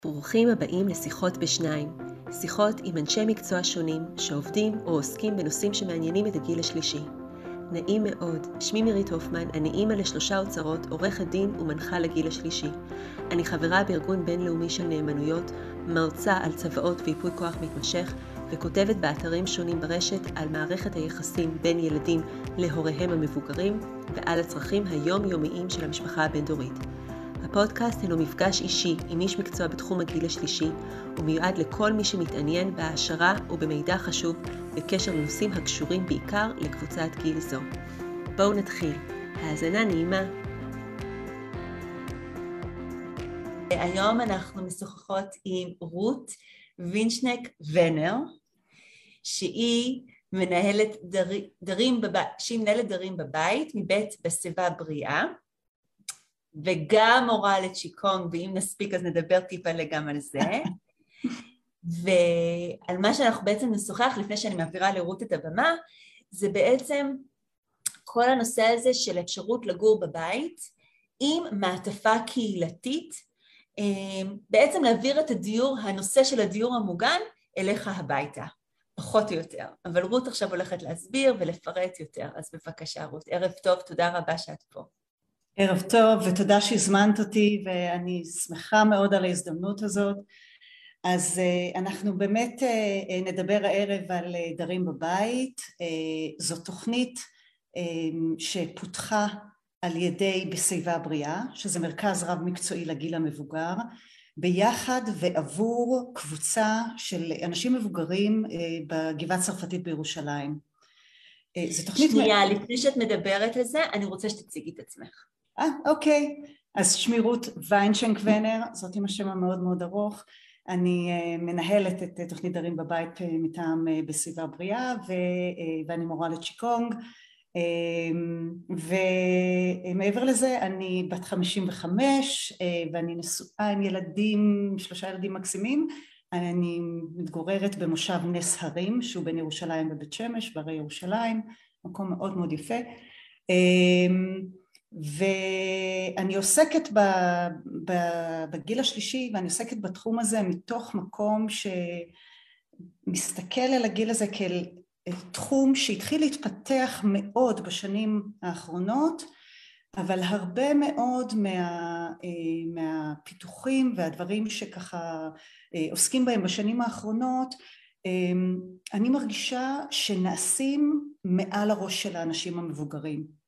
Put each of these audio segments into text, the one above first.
ברוכים הבאים לשיחות בשניים, שיחות עם אנשי מקצוע שונים שעובדים או עוסקים בנושאים שמעניינים את הגיל השלישי. נעים מאוד, שמי מירית הופמן, אני אימא לשלושה אוצרות, עורכת דין ומנחה לגיל השלישי. אני חברה בארגון בינלאומי של נאמנויות, מרצה על צוואות וייפוי כוח מתמשך, וכותבת באתרים שונים ברשת על מערכת היחסים בין ילדים להוריהם המבוגרים, ועל הצרכים היומיומיים של המשפחה הבין-דורית. הפודקאסט הינו מפגש אישי עם איש מקצוע בתחום הגיל השלישי, ומיועד לכל מי שמתעניין בהעשרה ובמידע חשוב בקשר לנושאים הקשורים בעיקר לקבוצת גיל זו. בואו נתחיל. האזנה נעימה. היום אנחנו משוחחות עם רות וינשנק ונר, שהיא מנהלת דרים בבית מבית בסביבה בריאה, וגם מורה לצ'יקונג, ואם נספיק אז נדבר טיפה גם על זה. ועל מה שאנחנו בעצם נשוחח לפני שאני מעבירה לרות את הבמה, זה בעצם כל הנושא הזה של אפשרות לגור בבית עם מעטפה קהילתית, בעצם להעביר את הנושא של הדיור המוגן אליך הביתה, פחות או יותר. אבל רות עכשיו הולכת להסביר ולפרט יותר, אז בבקשה רות, ערב טוב, תודה רבה שאת פה. ערב טוב ותודה שהזמנת אותי, ואני שמחה מאוד על ההזדמנות הזאת. אז אנחנו באמת נדבר הערב על דרים בבית. זו תוכנית שפותחה על ידי בסביבה בריאה, שזה מרכז רב מקצועי לגיל המבוגר, ביחד ועבור קבוצה של אנשים מבוגרים בגבעה הצרפתית בירושלים. זו תוכנית... שנייה, לפני שאת מדברת על זה, אני רוצה שתציגי את עצמך. אוקיי. אז שמי רות וינשנק ונר, זאת עם השם המאוד מאוד ארוך. אני מנהלת את תוכנית דרים בבית מטעם בסביבה בריאה, ואני מורה לצ'יקונג. ומעבר לזה, אני בת 55, ואני נשואה עם ילדים, 3 ילדים מקסימים. אני מתגוררת במושב נס הרים, שהוא בין ירושלים ובית שמש, בערי ירושלים, מקום מאוד מאוד יפה. ואני עוסקת בגיל השלישי, ואני עוסקת בתחום הזה מתוך מקום שמסתכל על הגיל הזה כאל תחום שהתחיל להתפתח מאוד בשנים האחרונות, אבל הרבה מאוד מהפיתוחים והדברים שככה עוסקים בהם בשנים האחרונות, אני מרגישה שנעשים מעל הראש של האנשים המבוגרים.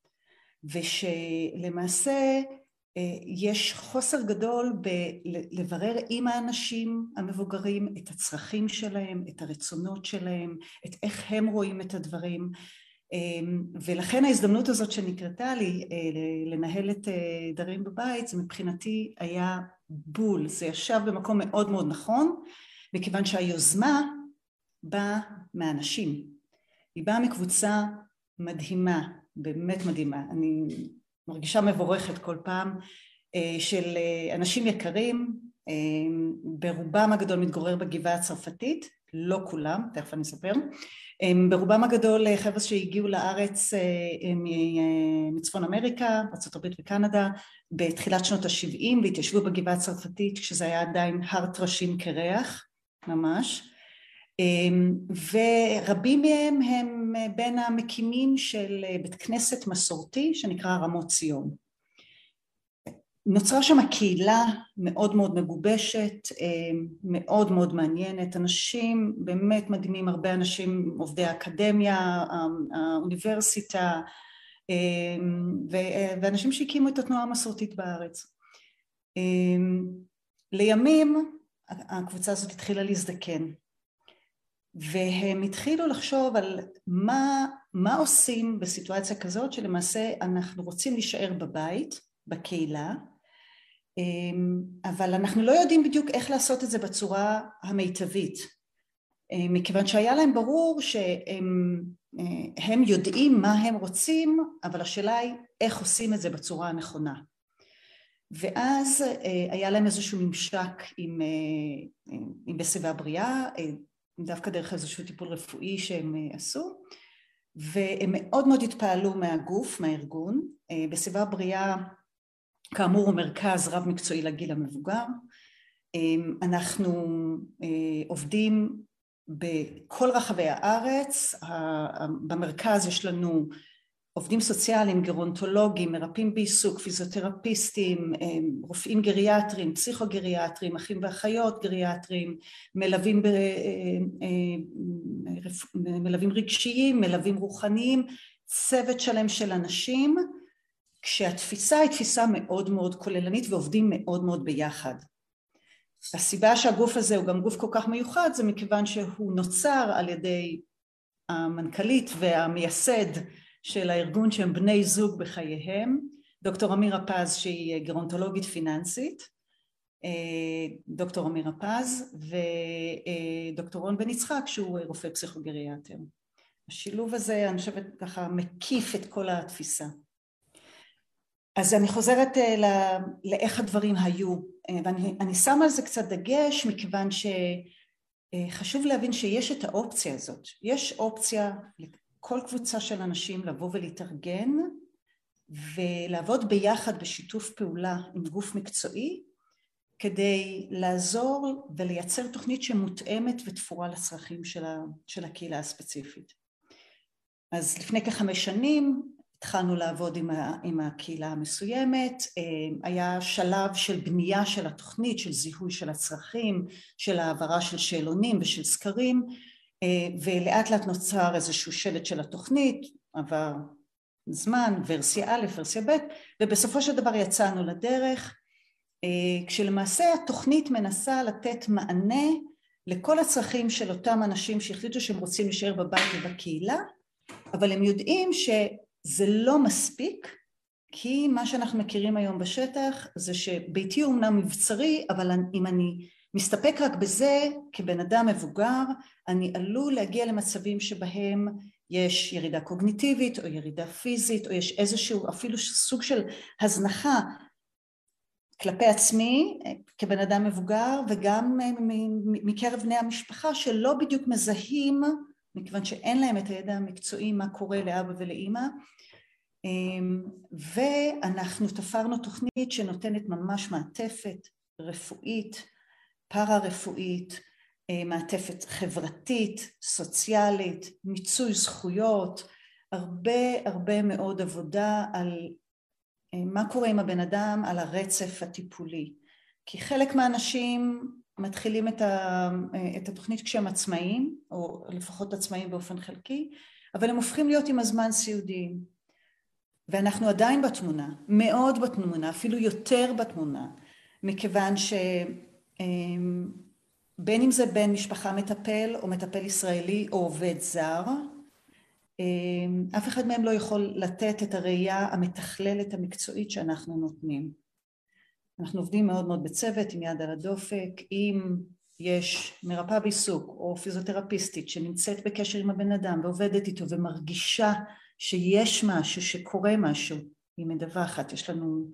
ושלמעשה יש חוסר גדול בלברר עם האנשים המבוגרים את הצרכים שלהם, את הרצונות שלהם, את איך הם רואים את הדברים, ולכן ההזדמנות הזאת שנקרתה לי לנהל את דרים בבית, זה מבחינתי היה בול, זה ישב במקום מאוד מאוד נכון, מכיוון שהיוזמה באה מהאנשים, היא באה מקבוצה מדהימה, באמת מדהימה, אני מרגישה מבורכת כל פעם, של אנשים יקרים, ברובם הגדול מתגורר בגבעה הצרפתית, לא כולם, תכף אני אספר, ברובם הגדול חבר'ה שהגיעו לארץ מצפון אמריקה, ארצות הברית וקנדה, בתחילת שנות ה-70, והתיישבו בגבעה הצרפתית, כשזה היה עדיין הר טרשים קרח, ממש, ורבים מהם הם בין המקימים של בית כנסת מסורתי שנקרא רמות ציון. נוצרה שם קהילה מאוד מאוד מגובשת, מאוד מאוד מעניינת, אנשים באמת מדהימים, הרבה אנשים עובדי האקדמיה, האוניברסיטה, ואנשים שהקימו את התנועה המסורתית בארץ. לימים הקבוצה הזאת התחילה להזדקן, והם התחילו לחשוב על מה עושים בסיטואציה כזאת שלמעשה אנחנו רוצים להישאר בבית, בקהילה, אבל אנחנו לא יודעים בדיוק איך לעשות את זה בצורה המיטבית, מכיוון שהיה להם ברור שהם יודעים מה הם רוצים, אבל השאלה היא איך עושים את זה בצורה הנכונה. ואז היה להם איזשהו ממשק עם בסביבה בריאה, דווקא דרך איזשהו טיפול רפואי שהם עשו, והם מאוד מאוד התפעלו מהגוף, מהארגון. בסביבה בריאה, כאמור, הוא מרכז רב מקצועי לגיל המבוגר, אנחנו עובדים בכל רחבי הארץ, במרכז יש לנו עובדים סוציאליים, גרונטולוגים, מרפאים בעיסוק, פיזיותרפיסטים, רופאים גריאטרים, פסיכוגריאטרים, אחים ואחיות גריאטרים, מלווים רגשיים, מלווים רוחניים, צוות שלם של אנשים, כשהתפיסה היא תפיסה מאוד מאוד כוללנית ועובדים מאוד מאוד ביחד. הסיבה שהגוף הזה הוא גם גוף כל כך מיוחד זה מכיוון שהוא נוצר על ידי המנכ"לית והמייסד של הארגון שהם בני זוג בחייהם, דוקטור אמירה פז שהיא גרונטולוגית פיננסית, דוקטור אמירה פז, ודוקטור רון בן יצחק שהוא רופא פסיכוגריאטר. השילוב הזה אני חושבת ככה מקיף את כל התפיסה. אז אני חוזרת לאיך הדברים היו, ואני שמה על זה קצת דגש מכיוון שחשוב להבין שיש את האופציה הזאת. יש אופציה לכל קבוצה של אנשים לבוא ולהתארגן ולעבוד ביחד בשיתוף פעולה עם גוף מקצועי כדי לעזור ולייצר תוכנית שמותאמת ותפורה לצרכים של הקהילה הספציפית. אז לפני כ5 שנים התחלנו לעבוד עם הקהילה המסוימת, היה שלב של בנייה של התוכנית, של זיהוי של הצרכים, של העברה של שאלונים ושל סקרים, ולאט לאט נוצר איזשהו שלט של התוכנית, עבר זמן, ורסיה א', ורסיה ב', ובסופו של דבר יצאנו לדרך, כשלמעשה התוכנית מנסה לתת מענה לכל הצרכים של אותם אנשים שהחליטו שהם רוצים להישאר בבית ובקהילה, אבל הם יודעים שזה לא מספיק, כי מה שאנחנו מכירים היום בשטח זה שביתי הוא אמנם מבצרי, אבל אם אני מסתפק רק בזה כבן אדם מבוגר, אני עלול להגיע למצבים שבהם יש ירידה קוגניטיבית או ירידה פיזית, או יש איזשהו אפילו סוג של הזנחה כלפי עצמי כבן אדם מבוגר, וגם מקרב בני המשפחה שלא בדיוק מזהים, מכיוון שאין להם את הידע המקצועי מה קורה לאבא ולאמא, ואנחנו תפרנו תוכנית שנותנת ממש מעטפת רפואית, פארה-רפואית, מעטפת חברתית, סוציאלית, מיצוי זכויות, הרבה מאוד עבודה על מה קורה עם הבן אדם, על הרצף הטיפולי. כי חלק מהאנשים מתחילים את התוכנית כשהם עצמאיים, או לפחות עצמאיים באופן חלקי, אבל הם הופכים להיות עם הזמן סיעודיים. ואנחנו עדיין בתמונה, מאוד בתמונה, אפילו יותר בתמונה, מכיוון בין אם זה בן משפחה מטפל או מטפל ישראלי או עובד זר, אף אחד מהם לא יכול לתת את הראייה המתכללת המקצועית שאנחנו נותנים. אנחנו עובדים מאוד מאוד בצוות עם יד על הדופק, אם יש מרפאה בעיסוק או פיזיותרפיסטית שנמצאת בקשר עם הבן אדם ועובדת איתו ומרגישה שיש משהו, שקורה משהו, היא מדווחת, יש לנו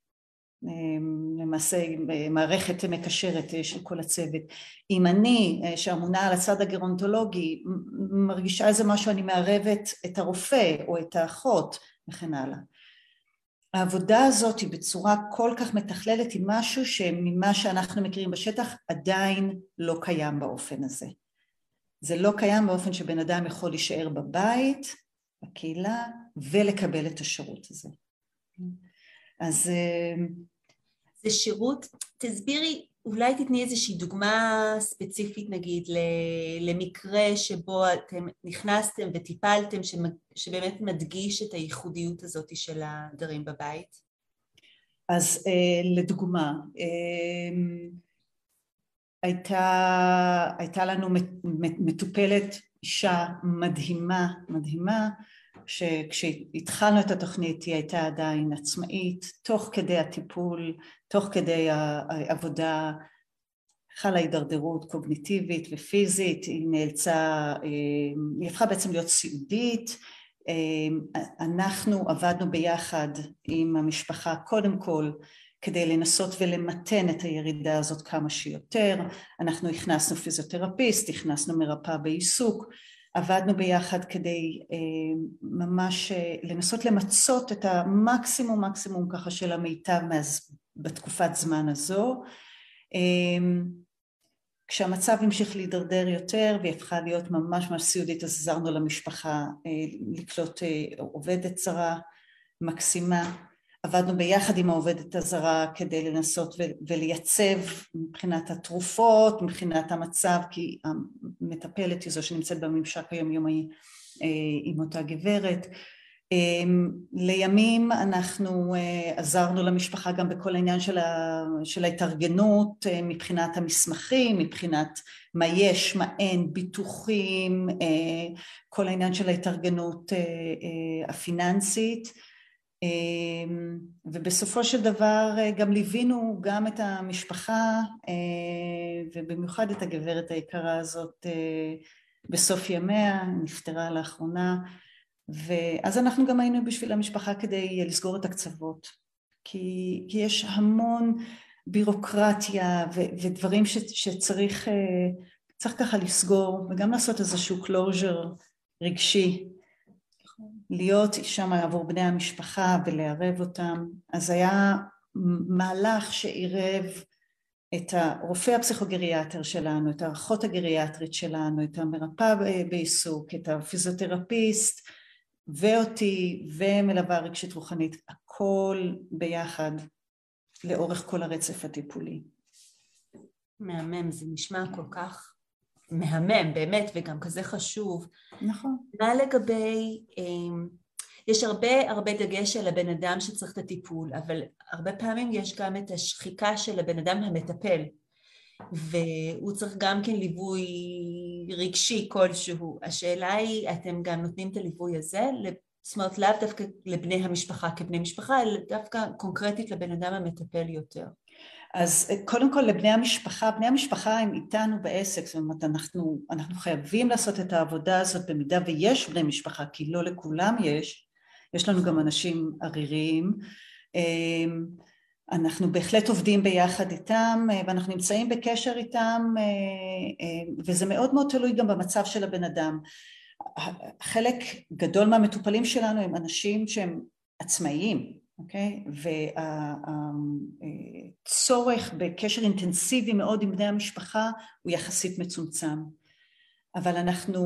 למעשה מערכת מקשרת של כל הצוות. אם אני שאמונה על הצד הגרונטולוגי מרגישה איזה משהו, אני מערבת את הרופא או את האחות וכן הלאה. העבודה הזאת היא בצורה כל כך מתכללת עם משהו שממה שאנחנו מכירים בשטח עדיין לא קיים באופן הזה. זה לא קיים באופן שבן אדם יכול להישאר בבית, בקהילה, ולקבל את השירות הזה. אז זה שירות, תסבירי, אולי תתני איזושהי דוגמה ספציפית נגיד למקרה שבו אתם נכנסתם וטיפלתם שבאמת מדגיש את הייחודיות הזאת של הגרים בבית? אז לדוגמה, הייתה לנו מטופלת אישה מדהימה, שכשהתחלנו את התוכנית היא הייתה עדיין עצמאית, תוך כדי הטיפול, תוך כדי העבודה, חלה הידרדרות קוגניטיבית ופיזית, היא הפכה בעצם להיות סיעודית, אנחנו עבדנו ביחד עם המשפחה קודם כל, כדי לנסות ולמתן את הירידה הזאת כמה שיותר, אנחנו הכנסנו פיזיותרפיסט, הכנסנו מרפאה בעיסוק, עבדנו ביחד כדי ממש לנסות למצות את המקסימום ככה של המיטב בתקופת זמן הזו, כשהמצב המשיך להידרדר יותר והיא הפכה להיות ממש סיעודית, אז עזרנו למשפחה לקלוט עובדת זרה מקסימה. עבדנו ביחד עם העובדת הזרה כדי לנסות ולייצב מבחינת התרופות, מבחינת המצב, כי המטפלת היא זו שנמצאת בממשק היומיומי עם אותה גברת. לימים אנחנו עזרנו למשפחה גם בכל העניין של ההתארגנות, מבחינת המסמכים, מבחינת מה יש, מה אין, ביטוחים, כל העניין של ההתארגנות הפיננסית. ובסופו של דבר גם ליווינו גם את המשפחה ובמיוחד את הגברת היקרה הזאת בסוף ימיה, נפטרה לאחרונה, ואז אנחנו גם היינו בשביל המשפחה כדי לסגור את הקצוות, כי יש המון בירוקרטיה ודברים שצריך ככה לסגור, וגם לעשות איזשהו closure רגשי, להיות שם עבור בני המשפחה ולערב אותם. אז היה מהלך שעירב את הרופא הפסיכוגריאטר שלנו, את האחות הגריאטרית שלנו, את המרפאה בעיסוק, את הפיזיותרפיסט ואותי ומלווה רגשית רוחנית, הכל ביחד לאורך כל הרצף הטיפולי. מהמם, זה נשמע כל כך מהמם באמת, וגם כזה חשוב. נכון. מה לגבי, יש הרבה דגש על הבן אדם שצריך את הטיפול, אבל הרבה פעמים יש גם את השחיקה של הבן אדם המטפל, והוא צריך גם כן ליווי רגשי כלשהו. השאלה היא, אתם גם נותנים את הליווי הזה, זאת אומרת לאו דווקא לבני המשפחה כבני משפחה, אלא דווקא קונקרטית לבן אדם המטפל יותר. אז קודם כל לבני המשפחה, בני המשפחה הם איתנו בעסק, זאת אומרת אנחנו חייבים לעשות את העבודה הזאת במידה ויש בני משפחה, כי לא לכולם יש לנו גם אנשים עריריים, אנחנו בהחלט עובדים ביחד איתם ואנחנו נמצאים בקשר איתם, וזה מאוד מאוד תלוי גם במצב של הבן אדם. חלק גדול מהמטופלים שלנו הם אנשים שהם עצמאיים, אוקיי? והצורך בקשר אינטנסיבי מאוד עם בני המשפחה הוא יחסית מצומצם. אבל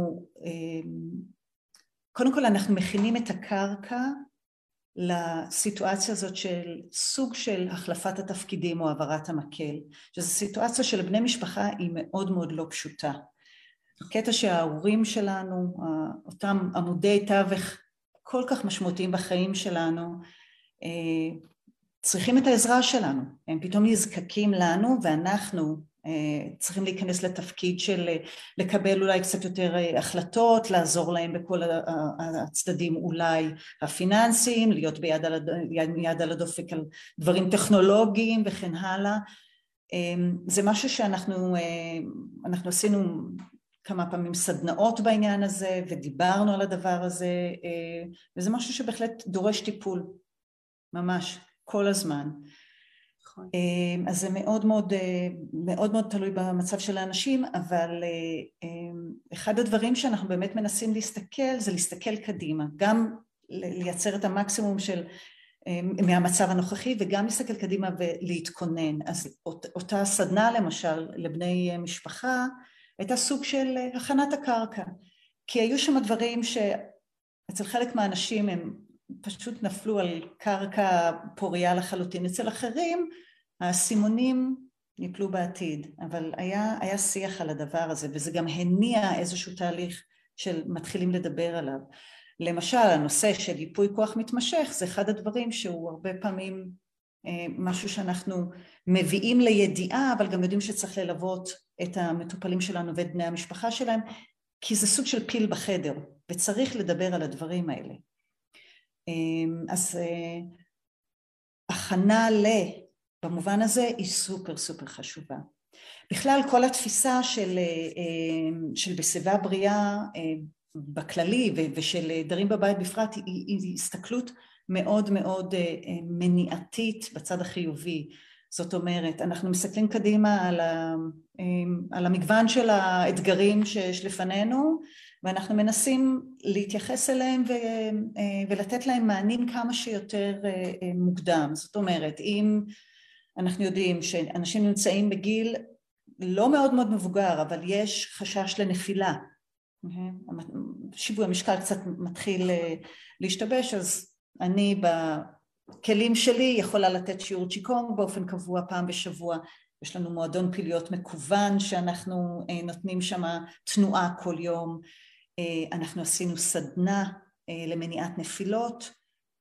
קודם כל אנחנו מכינים את הקרקע לסיטואציה הזאת של סוג של החלפת התפקידים או העברת המקל, שזו סיטואציה של בני משפחה היא מאוד מאוד לא פשוטה. הקטע שההורים שלנו, אותם עמודי תווך כל כך משמעותיים בחיים שלנו, צריכים את העזרה שלנו, הם פתאום נזקקים לנו ואנחנו צריכים להיכנס לתפקיד של לקבל אולי קצת יותר החלטות, לעזור להם בכל הצדדים אולי הפיננסיים, להיות ביד על הדופק על דברים טכנולוגיים וכן הלאה. זה משהו שאנחנו עשינו כמה פעמים סדנאות בעניין הזה ודיברנו על הדבר הזה, וזה משהו שבהחלט דורש טיפול ממש כל הזמן. אז זה מאוד מאוד תלוי במצב של האנשים, אבל אחד הדברים שאנחנו באמת מנסים להסתכל זה להסתכל קדימה, גם לייצר את המקסימום של מהמצב הנוכחי וגם להסתכל קדימה ולהתכונן. אז אותה סדנה למשל לבני משפחה הייתה סוג של הכנת הקרקע, כי היו שם דברים שאצל חלק מהאנשים הם פשוט נפלו על קרקע פוריה לחלוטין, אצל אחרים הסימונים ניפלו בעתיד, אבל היה שיח על הדבר הזה, וזה גם הניע איזשהו תהליך של מתחילים לדבר עליו. למשל, הנושא של ייפוי כוח מתמשך, זה אחד הדברים שהוא הרבה פעמים משהו שאנחנו מביאים לידיעה, אבל גם יודעים שצריך ללוות את המטופלים שלנו ואת בני המשפחה שלהם, כי זה סוג של פיל בחדר, וצריך לדבר על הדברים האלה. אז הכנה במובן הזה היא סופר חשובה. בכלל כל התפיסה של בסביבה בריאה בכללי ושל דרים בבית בפרט היא הסתכלות מאוד מאוד מניעתית בצד החיובי. זאת אומרת, אנחנו מסתכלים קדימה על המגוון של האתגרים שיש לפנינו, ואנחנו מנסים להתייחס אליהם ולתת להם מענים כמה שיותר מוקדם. זאת אומרת, אם אנחנו יודעים שאנשים נמצאים בגיל לא מאוד מאוד מבוגר, אבל יש חשש לנפילה. שיווי המשקל קצת מתחיל להשתבש, אז אני בכלים שלי יכולה לתת שיעור צ'יקונג באופן קבוע פעם בשבוע. יש לנו מועדון פעילויות מקוון שאנחנו נותנים שם תנועה כל יום. אנחנו עשינו סדנה למניעת נפילות,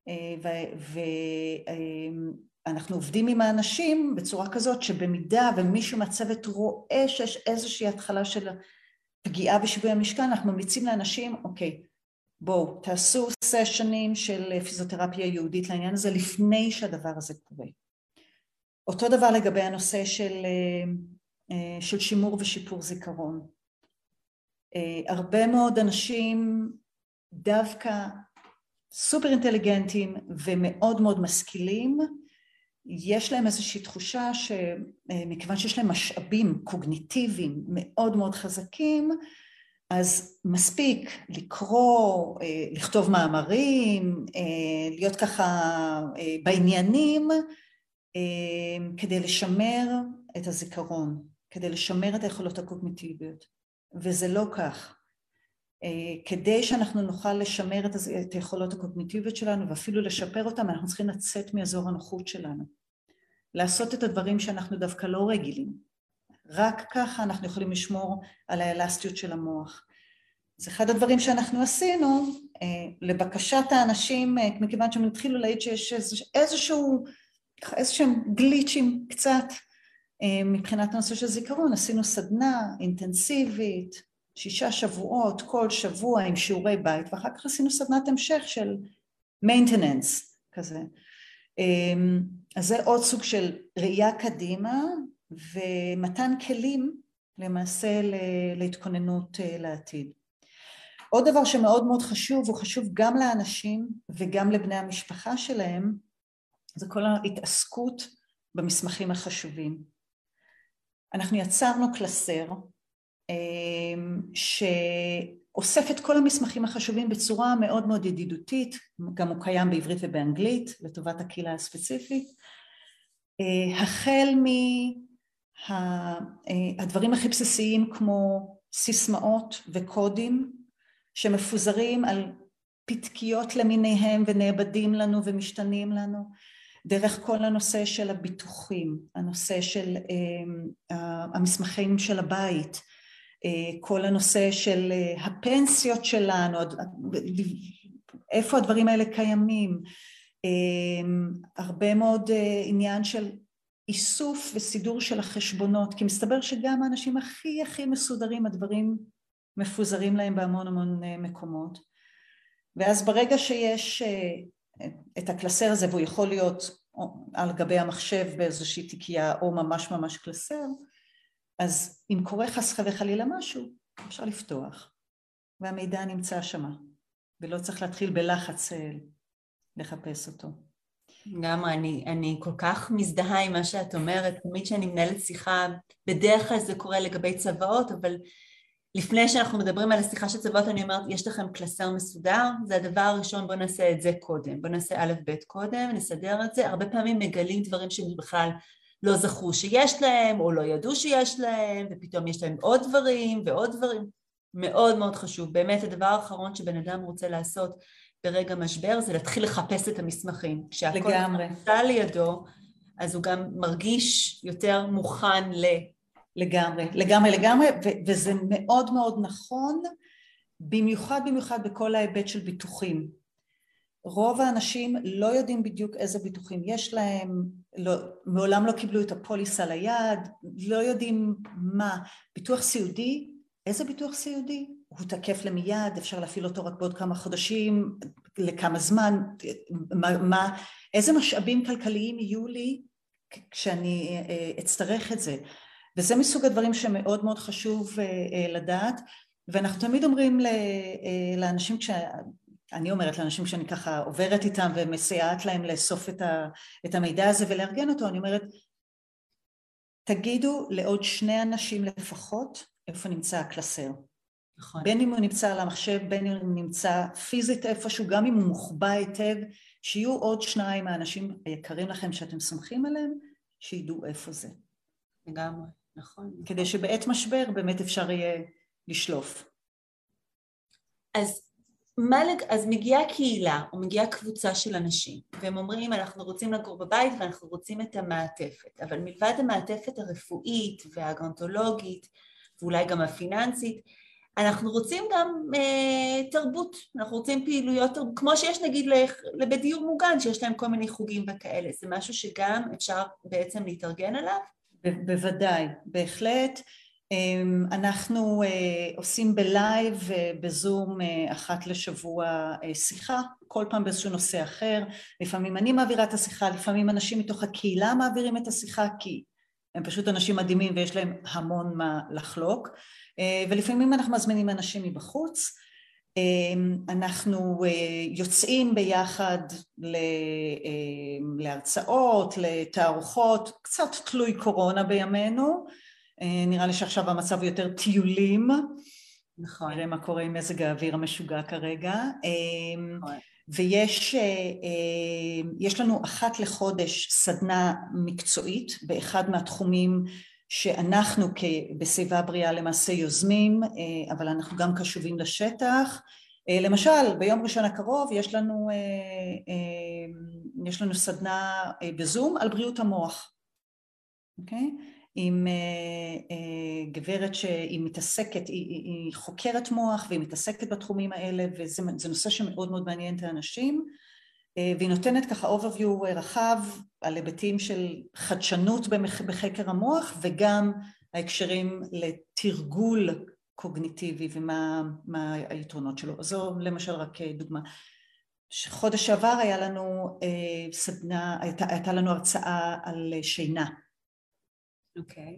ואנחנו עובדים עם האנשים בצורה כזאת שבמידה ומישהו מהצוות רואה שיש איזושהי התחלה של פגיעה בשיווי המשקל, אנחנו ממליצים לאנשים, אוקיי, בואו, תעשו סשנים של פיזיותרפיה יהודית לעניין הזה לפני שהדבר הזה קורה. אותו דבר לגבי הנושא של שימור ושיפור זיכרון. הרבה מאוד אנשים דווקא סופר אינטליגנטים ומאוד מאוד משכילים, יש להם איזושהי תחושה שמכיוון שיש להם משאבים קוגניטיביים מאוד מאוד חזקים, אז מספיק לקרוא, לכתוב מאמרים, להיות ככה בעניינים, כדי לשמר את הזיכרון, כדי לשמר את היכולות הקוגניטיביות. וזה לא כך. כדי שאנחנו נוכל לשמר את היכולות הקוגניטיביות שלנו, ואפילו לשפר אותם, אנחנו צריכים לצאת מאזור הנוחות שלנו. לעשות את הדברים שאנחנו דווקא לא רגילים. רק ככה אנחנו יכולים לשמור על האלסטיות של המוח. זה אחד הדברים שאנחנו עשינו, לבקשת האנשים, מכיוון שהם התחילו להעיד שיש איזשהם גליצ'ים קצת, מבחינת הנושא של זיכרון, עשינו סדנה אינטנסיבית, 6 שבועות, כל שבוע עם שיעורי בית, ואחר כך עשינו סדנת המשך של maintenance כזה. אז זה עוד סוג של ראייה קדימה, ומתן כלים למעשה להתכוננות לעתיד. עוד דבר שמאוד מאוד חשוב, הוא חשוב גם לאנשים וגם לבני המשפחה שלהם, זה כל ההתעסקות במסמכים החשובים. אנחנו יצרנו קלסר, שאוסף את כל המסמכים החשובים בצורה מאוד מאוד ידידותית, גם הוא קיים בעברית ובאנגלית, לטובת הקהילה הספציפית, החל מהדברים הכי בסיסיים כמו סיסמאות וקודים, שמפוזרים על פתקיות למיניהם ונאבדים לנו ומשתנים לנו, דרך כל הנושא של הביטוחים, הנושא של המסמכים של הבית, כל הנושא של הפנסיות שלנו, איפה הדברים האלה קיימים, הרבה מאוד עניין של איסוף וסידור של החשבונות, כי מסתבר שגם האנשים הכי הכי מסודרים, הדברים מפוזרים להם בהמון המון מקומות, ואז ברגע שיש את הקלסר הזה, והוא יכול להיות על גבי המחשב באיזושהי תיקייה, או ממש ממש קלסר, אז אם קורה חס וחלילה משהו, אפשר לפתוח, והמידע נמצא שמה, ולא צריך להתחיל בלחץ לחפש אותו. גם אני כל כך מזדהה עם מה שאת אומרת, תמיד שאני מנהלת שיחה, בדרך כלל זה קורה לגבי צבאות, אבל לפני שאנחנו מדברים על השיחה של צבאות, אני אומרת, יש לכם קלסר מסודר, זה הדבר הראשון, בוא נעשה את זה קודם, בוא נעשה א' ב' קודם, נסדר את זה, הרבה פעמים מגלים דברים שבכלל לא זכרו שיש להם, או לא ידעו שיש להם, ופתאום יש להם עוד דברים ועוד דברים, מאוד מאוד חשוב, באמת הדבר האחרון שבן אדם רוצה לעשות ברגע משבר, זה להתחיל לחפש את המסמכים, כשהכל נמצא לידו, אז הוא גם מרגיש יותר מוכן לגמרי, לגמרי, לגמרי, וזה מאוד מאוד נכון, במיוחד בכל ההיבט של ביטוחים. רוב האנשים לא יודעים בדיוק איזה ביטוחים יש להם, מעולם לא קיבלו את הפוליסה ליד, לא יודעים מה. ביטוח סיעודי, איזה ביטוח סיעודי? הוא תקף למיד, אפשר להפעיל אותו רק בעוד כמה חודשים, לכמה זמן, איזה משאבים כלכליים יהיו לי כשאני אצטרך את זה. וזה מסוג הדברים שמאוד מאוד חשוב לדעת, ואנחנו תמיד אומרים לאנשים, אני אומרת לאנשים שאני ככה עוברת איתם ומסייעת להם לאסוף את המידע הזה ולארגן אותו, אני אומרת, תגידו לעוד 2 אנשים לפחות איפה נמצא הקלסר. נכון. בין אם הוא נמצא על המחשב, בין אם הוא נמצא פיזית איפשהו, גם אם הוא מוחבא היטב, שיהיו עוד 2 האנשים היקרים לכם שאתם סומכים עליהם, שידעו איפה זה. לגמרי, נכון. כדי שבעת משבר באמת אפשר יהיה לשלוף. אז מגיעה קהילה או מגיעה קבוצה של אנשים, והם אומרים אנחנו רוצים לגור בבית ואנחנו רוצים את המעטפת, אבל מלבד המעטפת הרפואית והגרונטולוגית, ואולי גם הפיננסית, אנחנו רוצים גם תרבות, אנחנו רוצים פעילויות, כמו שיש נגיד בדיור מוגן, שיש להם כל מיני חוגים וכאלה, זה משהו שגם אפשר בעצם להתארגן עליו? בוודאי, בהחלט. אנחנו עושים בלייב ובזום אחת לשבוע שיחה, כל פעם באיזשהו נושא אחר, לפעמים אני מעבירה את השיחה, לפעמים אנשים מתוך הקהילה מעבירים את השיחה, כי הם פשוט אנשים מדהימים ויש להם המון מה לחלוק, ולפעמים אנחנו מזמינים אנשים מבחוץ, אנחנו יוצאים ביחד להרצאות, לתערוכות, קצת תלוי קורונה בימינו, נראה לי שעכשיו המצב יותר טיולים, נכון. נראה מה קורה עם מזג האוויר המשוגע כרגע, נכון. ויש לנו אחת לחודש סדנה מקצועית באחד מהתחומים שאנחנו בסביבה בריאה למעשה יוזמים, אבל אנחנו גם קשובים לשטח. למשל, ביום ראשון הקרוב יש לנו סדנה בזום על בריאות המוח, אוקיי? עם גברת שהיא מתעסקת, היא חוקרת מוח והיא מתעסקת בתחומים האלה, וזה נושא שמאוד מאוד מעניין את האנשים, והיא נותנת ככה overview רחב על היבטים של חדשנות בחקר המוח, וגם ההקשרים לתרגול קוגניטיבי ומה היתרונות שלו. אז זו למשל רק דוגמה. חודש שעבר היה לנו סדנה, הייתה לנו הרצאה על שינה. אוקיי.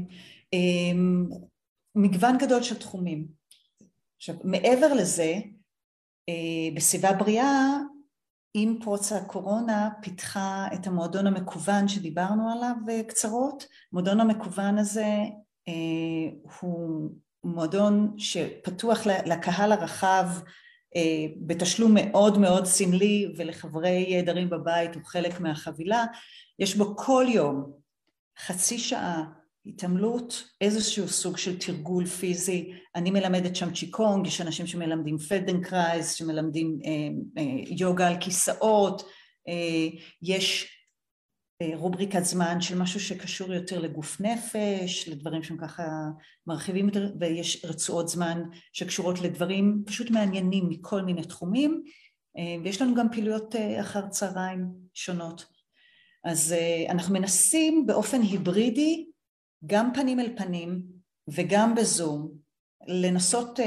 מגוון גדול של תחומים. עכשיו, מעבר לזה, בסביבה בריאה, עם פרוץ הקורונה פיתחה את המועדון המקוון שדיברנו עליו קצרות. המועדון המקוון הזה הוא מועדון שפתוח לקהל הרחב בתשלום מאוד מאוד סמלי, ולחברי דרים בבית הוא חלק מהחבילה. יש בו כל יום חצי שעה התעמלות, איזשהו סוג של תרגול פיזי. אני מלמדת שם צ'יקונג, יש אנשים שמלמדים פלדנקרייז, שמלמדים יוגה על כיסאות, יש רובריקת זמן של משהו שקשור יותר לגוף נפש, לדברים שהם ככה מרחיבים יותר, ויש רצועות זמן שקשורות לדברים פשוט מעניינים מכל מיני תחומים, ויש לנו גם פעילויות אחר צהריים שונות. אז אנחנו מנסים באופן היברידי, גם פנים אל פנים וגם בזום, לנסות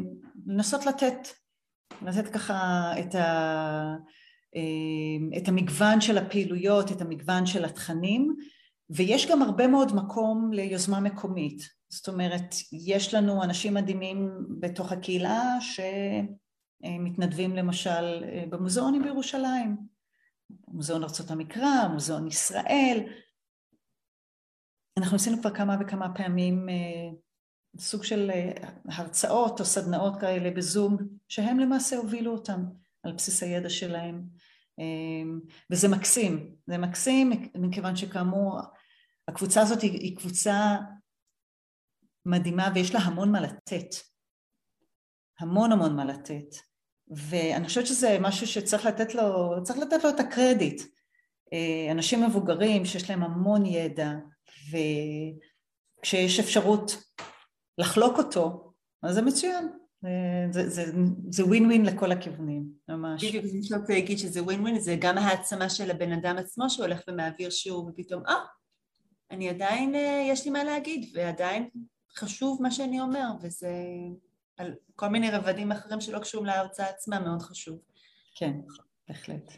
לתת ככה את המגוון של הפעילויות, את המגוון של התכנים, ויש גם הרבה מאוד מקום ליוזמה מקומית. זאת אומרת, יש לנו אנשים מדהימים בתוך הקהילה שמתנדבים למשל במוזיאונים בירושלים, מוזיאון ארצות המקרא, מוזיאון ישראל. אנחנו עשינו כבר כמה וכמה פעמים סוג של הרצאות או סדנאות כאלה בזום, שהם למעשה הובילו אותם על בסיס הידע שלהם. וזה מקסים, זה מקסים מכיוון שכאמור, הקבוצה הזאת היא קבוצה מדהימה ויש לה המון מה לתת. המון מה לתת. ואני חושבת שזה משהו שצריך לתת לו את הקרדיט. אנשים מבוגרים שיש להם המון ידע, וכשיש אפשרות לחלוק אותו, אז זה מצוין. זה ווין ווין לכל הכיוונים, ממש. בדיוק, אני חושבת להגיד שזה ווין ווין, זה גם העצמה של הבן אדם עצמו שהולך ומעביר שיעור, ופתאום, אני עדיין, יש לי מה להגיד, ועדיין חשוב מה שאני אומר, וזה על כל מיני רבדים אחרים שלא קשורים להרצאה עצמה, מאוד חשוב. כן, בהחלט.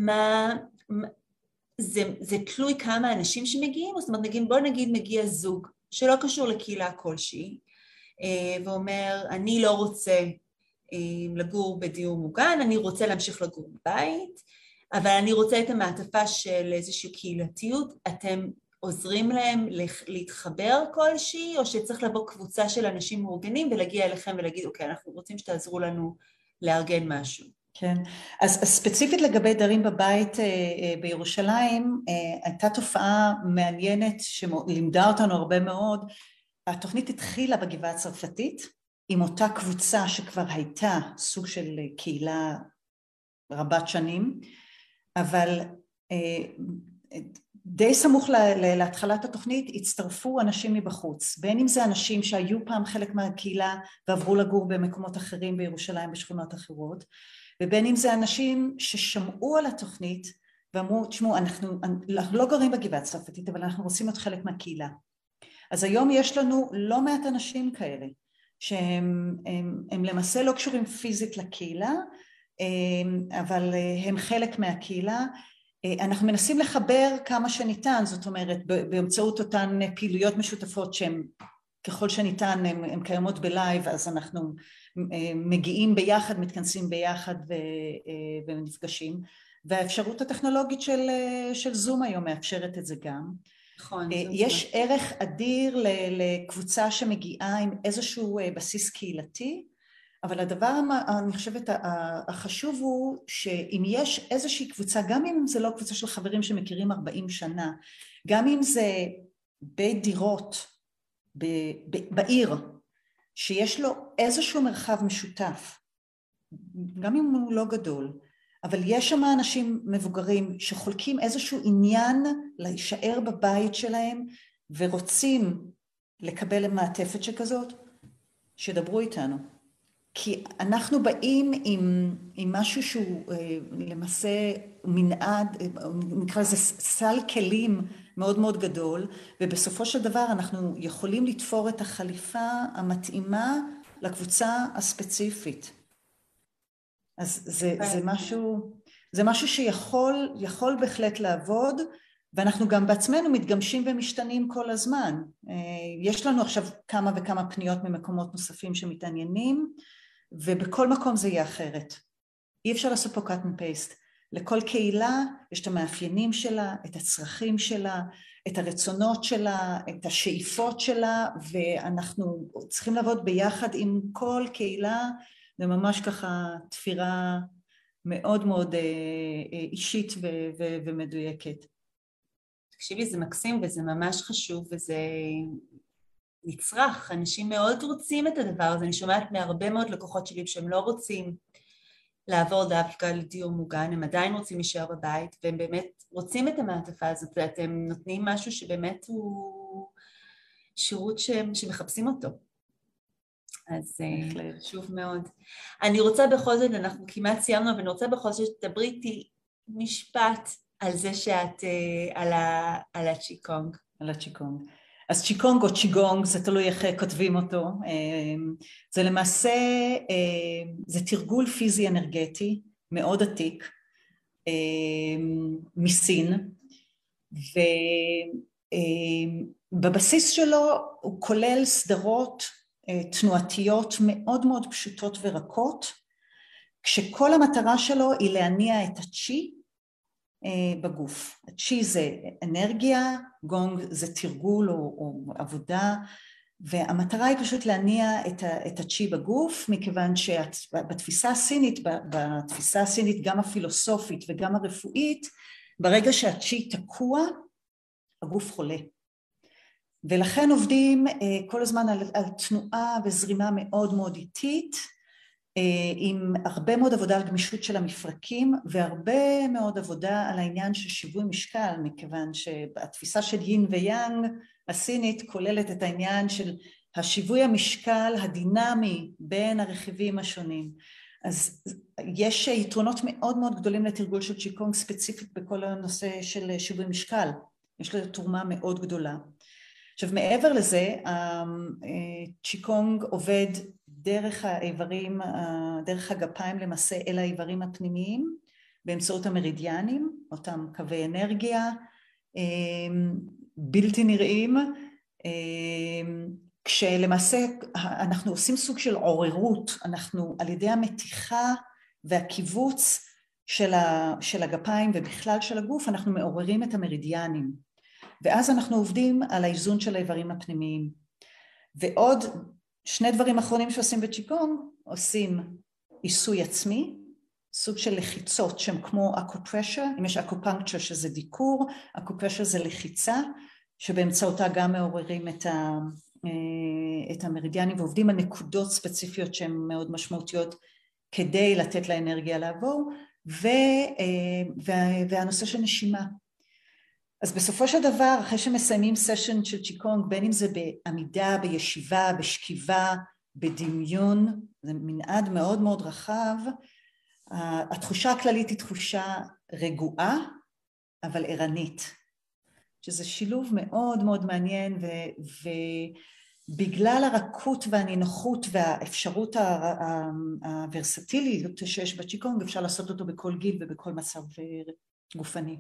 זה תלוי כמה אנשים שמגיעים, זאת אומרת, בוא נגיד מגיע זוג שלא קשור לקהילה כלשהי, ואומר, אני לא רוצה לגור בדיור מוגן, אני רוצה להמשיך לגור בבית, אבל אני רוצה את המעטפה של איזושהי קהילתיות. אתם עוזרים להם להתחבר כלשהי, או שצריך לבוא קבוצה של אנשים מאורגנים ולהגיע אליכם ולהגיד, אוקיי, אנחנו רוצים שתעזרו לנו לארגן משהו? כן, אז ספציפית לגבי דרים בבית בירושלים, הייתה תופעה מעניינת שלימדה אותנו הרבה מאוד. התוכנית התחילה בגבעה הצרפתית, עם אותה קבוצה שכבר הייתה סוג של קהילה רבת שנים, אבל די סמוך להתחלת התוכנית הצטרפו אנשים מבחוץ, בין אם זה אנשים שהיו פעם חלק מהקהילה ועברו לגור במקומות אחרים בירושלים בשכונות אחרות, ובין אם זה אנשים ששמעו על התוכנית ואמרו, תשמעו, אנחנו לא גרים בגבעה הצרפתית, אבל אנחנו רוצים להיות חלק מהקהילה. אז היום יש לנו לא מעט אנשים כאלה, שהם למעשה לא קשורים פיזית לקהילה, אבל הם חלק מהקהילה. אנחנו מנסים לחבר כמה שניתן, זאת אומרת, באמצעות אותן פעילויות משותפות שהן ככל שניתן, הן קיימות בלייב, אז אנחנו מגיעים ביחד, מתכנסים ביחד ונפגשים, והאפשרות הטכנולוגית של זום היום מאפשרת את זה גם. נכון. יש ערך אדיר לקבוצה שמגיעה עם איזשהו בסיס קהילתי, אבל הדבר, אני חושבת, החשוב הוא שאם יש איזושהי קבוצה, גם אם זה לא קבוצה של חברים שמכירים 40 שנה, גם אם זה בית דירות בעיר, שיש לו איזשהו מרחב משותף, גם אם הוא לא גדול, אבל יש שם אנשים מבוגרים שחולקים איזשהו עניין להישאר בבית שלהם, ורוצים לקבל מעטפת שכזאת, שדברו איתנו. כי אנחנו באים עם משהו שהוא למעשה מנעד, נקרא לזה סל כלים מאוד מאוד גדול, ובסופו של דבר אנחנו יכולים לתפור את החליפה המתאימה לקבוצה הספציפית. אז זה משהו שיכול בהחלט לעבוד, ואנחנו גם בעצמנו מתגמשים ומשתנים כל הזמן. יש לנו עכשיו כמה וכמה פניות ממקומות נוספים שמתעניינים, ובכל מקום זה יהיה אחרת. אי אפשר לעשות פה cut and paste. לכל קהילה יש את המאפיינים שלה, את הצרכים שלה, את הרצונות שלה, את השאיפות שלה, ואנחנו צריכים לעבוד ביחד עם כל קהילה, זה ממש ככה תפירה מאוד מאוד אישית ומדויקת. תקשיבי, זה מקסים וזה ממש חשוב וזה נצרך, אנשים מאוד רוצים את הדבר הזה, אני שומעת מהרבה מאוד לקוחות שלי שהם לא רוצים לעבור דווקא לדיור מוגן, הם עדיין רוצים להישאר בבית והם באמת רוצים את המעטפה הזאת, ואתם נותנים משהו שבאמת הוא שירות שמחפשים אותו. אז חשוב מאוד. אני רוצה בכל זאת, אנחנו כמעט סיימנו, אבל אני רוצה בכל זאת שתדברי איתי משפט על זה שאת, על הצ'יקונג. על הצ'יקונג. אז צ'יקונג או צ'יגונג, זה תלוי איך כותבים אותו. זה למעשה, זה תרגול פיזי אנרגטי, מאוד עתיק, מסין, ובבסיס שלו הוא כולל סדרות תנועתיות מאוד מאוד פשוטות ורקות, כשכל המטרה שלו היא להניע את הצ'י בגוף. הצ'י זה אנרגיה, גונג זה תרגול או עבודה, והמטרה היא פשוט להניע את הצ'י בגוף, מכיוון שבתפיסה הסינית, בתפיסה הסינית גם הפילוסופית וגם הרפואית, ברגע שהצ'י תקוע, הגוף חולה. ולכן עובדים כל הזמן על תנועה וזרימה מאוד מאוד איטית, עם הרבה מאוד עבודה על גמישות של המפרקים, והרבה מאוד עבודה על העניין של שיווי משקל, מכיוון שהתפיסה של יין ויאנג הסינית כוללת את העניין של השיווי המשקל הדינמי בין הרכיבים השונים. אז יש יתרונות מאוד מאוד גדולים לתרגול של צ'יקונג ספציפית בכל הנושא של שיווי משקל, יש לו תרומה מאוד גדולה. עכשיו מעבר לזה, צ'יקונג עובד דרך האיברים, דרך הגפיים למעשה אל האיברים הפנימיים, באמצעות המרידיאנים, אותם קווי אנרגיה, בלתי נראים, כשלמעשה אנחנו עושים סוג של עוררות, אנחנו על ידי המתיחה והקיבוץ של הגפיים ובכלל של הגוף, אנחנו מעוררים את המרידיאנים, ואז אנחנו עובדים על האיזון של האיברים הפנימיים. ועוד שני דברים אחרונים שעושים בצ'יקונג, עושים עיסוי עצמי, סוג של לחיצות שהן כמו אקופרשר, אם יש אקופנקצ'ר שזה דיקור, אקופרשר זה לחיצה, שבאמצעותה גם מעוררים את המרידיאנים ועובדים על נקודות ספציפיות שהן מאוד משמעותיות כדי לתת לאנרגיה לעבור, והנושא של נשימה. אז בסופו של דבר, אחרי שמסיימים סשן של צ'יקונג, בין אם זה בעמידה, בישיבה, בשכיבה, בדמיון, זה מנעד מאוד מאוד רחב, התחושה הכללית היא תחושה רגועה, אבל ערנית, שזה שילוב מאוד מאוד מעניין, ובגלל הרכות והנינוחות והאפשרות הוורסטיליות שיש בצ'יקונג, אפשר לעשות אותו בכל גיל ובכל מצב גופני.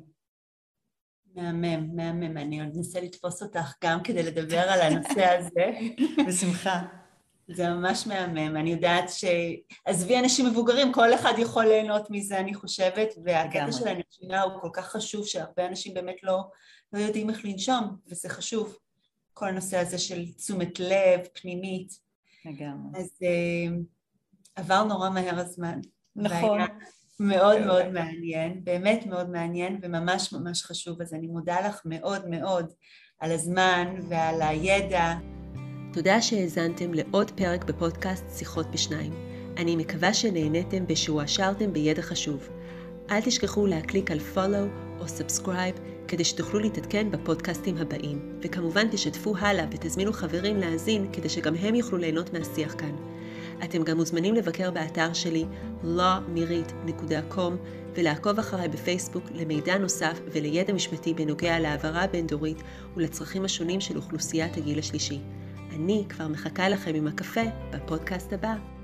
מהמם, אני עוד נסה לתפוס אותך גם כדי לדבר על הנושא הזה. בשמחה. זה ממש מהמם, אני יודעת שעזבי אנשים מבוגרים, כל אחד יכול ליהנות מזה אני חושבת, והקטע של הנשימה הוא כל כך חשוב, שהרבה אנשים באמת לא יודעים איך לנשום, וזה חשוב, כל הנושא הזה של תשומת לב, פנימית. לגמרי. אז עבר נורא מהר הזמן. נכון. מאוד מאוד מעניין, באמת מאוד מעניין וממש ממש חשוב, אז אני מודה לך מאוד מאוד על הזמן ועל הידע. תודה שהאזנתם לעוד פרק בפודקאסט שיחות בשניים. אני מקווה שנהניתם ושהועשרתם בידע חשוב. אל תשכחו להקליק על follow או subscribe כדי שתוכלו להתעדכן בפודקאסטים הבאים, וכמובן תשתפו הלאה ותזמינו חברים להאזין כדי שגם הם יוכלו ליהנות מהשיח כאן. אתם גם מוזמנים לבקר באתר שלי lawmirit.com ולעקוב אחריי בפייסבוק למידע נוסף ולידע משפטי בנוגע להעברה הבין-דורית ולצרכים השונים של אוכלוסיית הגיל השלישי. אני כבר מחכה לכם עם הקפה בפודקאסט הבא.